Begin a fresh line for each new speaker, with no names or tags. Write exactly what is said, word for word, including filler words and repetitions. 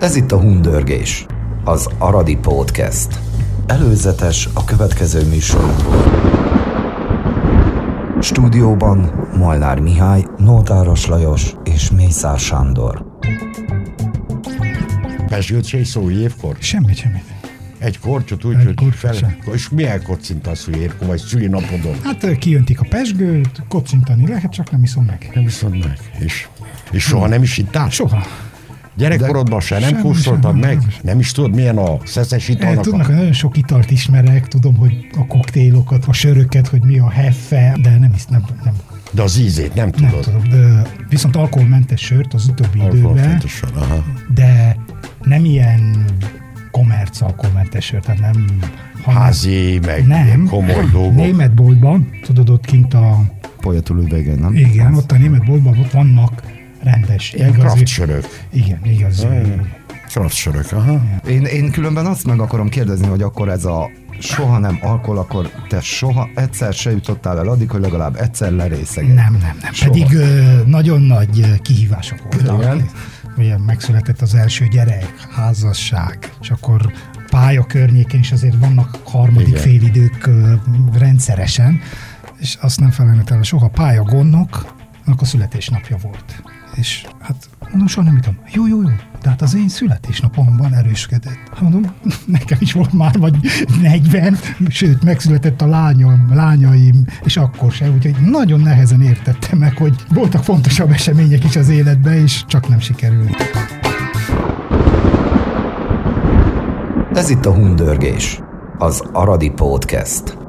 Ez itt a Hundörgés, az Aradi Podcast. Előzetes a következő műsorunkról. Stúdióban Molnár Mihály, Nótáros Lajos és Mészár Sándor.
Pesgőt se iszol új évkor?
Semmit, semmit.
Egy korcsot úgy,
Egy
hogy
korcsot
fel...
sem.
És milyen kocintasz új évkor, vagy szülinapodon?
Hát kijöntik a pesgőt, kocintani lehet, csak nem iszom meg.
Nem iszod meg. És, és soha nem is ittál?
Soha.
Gyerekkorodban se nem
Semmi,
kóstoltad
semmi,
meg?
nem.
Nem is tudod, milyen a szeszes
El,
italnak
tudnak,
a...
hogy nagyon sok italt ismerek, tudom, hogy a koktélokat, a söröket, hogy mi a heffe, de nem is, nem, nem,
De az ízét nem
nem
tudod.
tudom. De viszont alkoholmentes sört az utóbbi időben,
Alkoholmentesen, aha.
de nem ilyen komerc alkoholmentes sört, tehát nem... hanem-
Házi, meg
nem,
komoly dolgok.
német boltban, tudod, ott kint a...
Polyatúl üvegen, nem?
Igen, ott a német boltban ott vannak rendes,
Ilyen
igazi...
kraftsörök.
Igen, igaz.
Kraftsörök, aha.
Én, én különben azt meg akarom kérdezni, hogy akkor ez a soha nem alkohol, akkor te soha egyszer se jutottál el addig, hogy legalább egyszer lerészeget.
Nem, nem, nem.
Soha.
Pedig ö, nagyon nagy ö, kihívások voltak.
Igen.
Ugye megszületett az első gyerek, házasság, és akkor pálya környékén is azért vannak harmadik
Igen.
félidők ö, rendszeresen, és azt nem felejtem el, soha pálya gondnoknak a születésnapja volt. És hát mondom, soha nem tudom, jó, jó, jó, tehát az én születésnapomban erősködött. Mondom, nekem is volt már vagy negyven, sőt, megszületett a lányom, lányaim, és akkor se, úgyhogy nagyon nehezen értettem meg, hogy voltak fontosabb események is az életben, és csak nem sikerült.
Ez itt a Hundörgés, az Aradi Podcast.